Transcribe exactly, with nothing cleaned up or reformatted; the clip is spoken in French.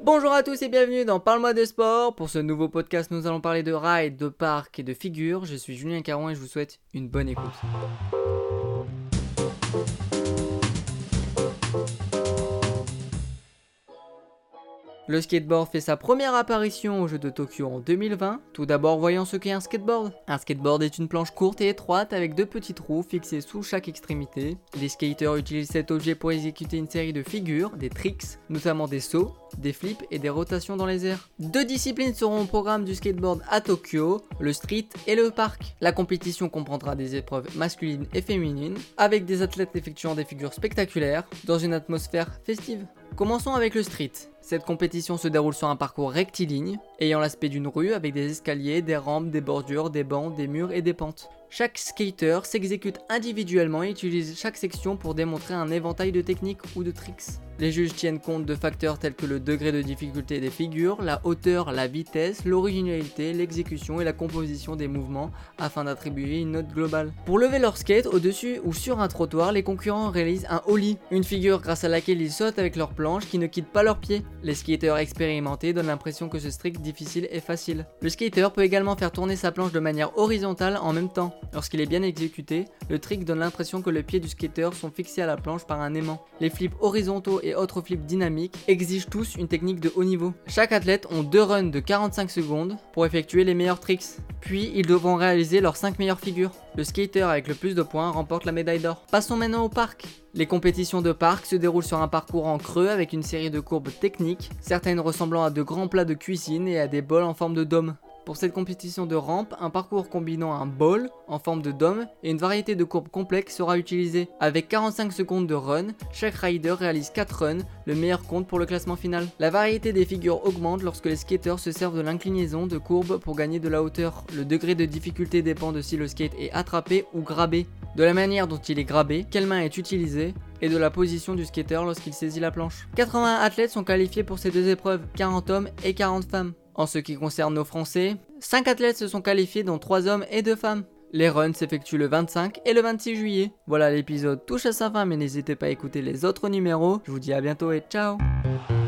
Bonjour à tous et bienvenue dans Parle-moi de sport. Pour ce nouveau podcast, nous allons parler de ride, de parc et de figures. Je suis Julien Caron et je vous souhaite une bonne écoute. Le skateboard fait sa première apparition aux Jeux de Tokyo en deux mille vingt. Tout d'abord, voyons ce qu'est un skateboard. Un skateboard est une planche courte et étroite avec deux petits trous fixés sous chaque extrémité. Les skateurs utilisent cet objet pour exécuter une série de figures, des tricks, notamment des sauts, des flips et des rotations dans les airs. Deux disciplines seront au programme du skateboard à Tokyo, le street et le parc. La compétition comprendra des épreuves masculines et féminines, avec des athlètes effectuant des figures spectaculaires, dans une atmosphère festive. Commençons avec le street. Cette compétition se déroule sur un parcours rectiligne, ayant l'aspect d'une rue avec des escaliers, des rampes, des bordures, des bancs, des murs et des pentes. Chaque skater s'exécute individuellement et utilise chaque section pour démontrer un éventail de techniques ou de tricks. Les juges tiennent compte de facteurs tels que le degré de difficulté des figures, la hauteur, la vitesse, l'originalité, l'exécution et la composition des mouvements afin d'attribuer une note globale. Pour lever leur skate au-dessus ou sur un trottoir, les concurrents réalisent un ollie, une figure grâce à laquelle ils sautent avec leur planche qui ne quitte pas leurs pieds. Les skateurs expérimentés donnent l'impression que ce trick difficile est facile. Le skater peut également faire tourner sa planche de manière horizontale en même temps. Lorsqu'il est bien exécuté, le trick donne l'impression que les pieds du skater sont fixés à la planche par un aimant. Les flips horizontaux et autres flips dynamiques exigent tous une technique de haut niveau. Chaque athlète ont deux runs de quarante-cinq secondes pour effectuer les meilleurs tricks. Puis ils devront réaliser leurs cinq meilleures figures. Le skater avec le plus de points remporte la médaille d'or. Passons maintenant au parc. Les compétitions de parc se déroulent sur un parcours en creux avec une série de courbes techniques, certaines ressemblant à de grands plats de cuisine et à des bols en forme de dôme. Pour cette compétition de rampe, un parcours combinant un ball en forme de dôme et une variété de courbes complexes sera utilisé. Avec quarante-cinq secondes de run, chaque rider réalise quatre runs, le meilleur compte pour le classement final. La variété des figures augmente lorsque les skateurs se servent de l'inclinaison de courbes pour gagner de la hauteur. Le degré de difficulté dépend de si le skate est attrapé ou grabé, de la manière dont il est grabé, quelle main est utilisée, et de la position du skater lorsqu'il saisit la planche. quatre-vingts athlètes sont qualifiés pour ces deux épreuves, quarante hommes et quarante femmes. En ce qui concerne nos Français, cinq athlètes se sont qualifiés dont trois hommes et deux femmes. Les runs s'effectuent le vingt-cinq et le vingt-six juillet. Voilà, l'épisode touche à sa fin, mais n'hésitez pas à écouter les autres numéros. Je vous dis à bientôt et ciao.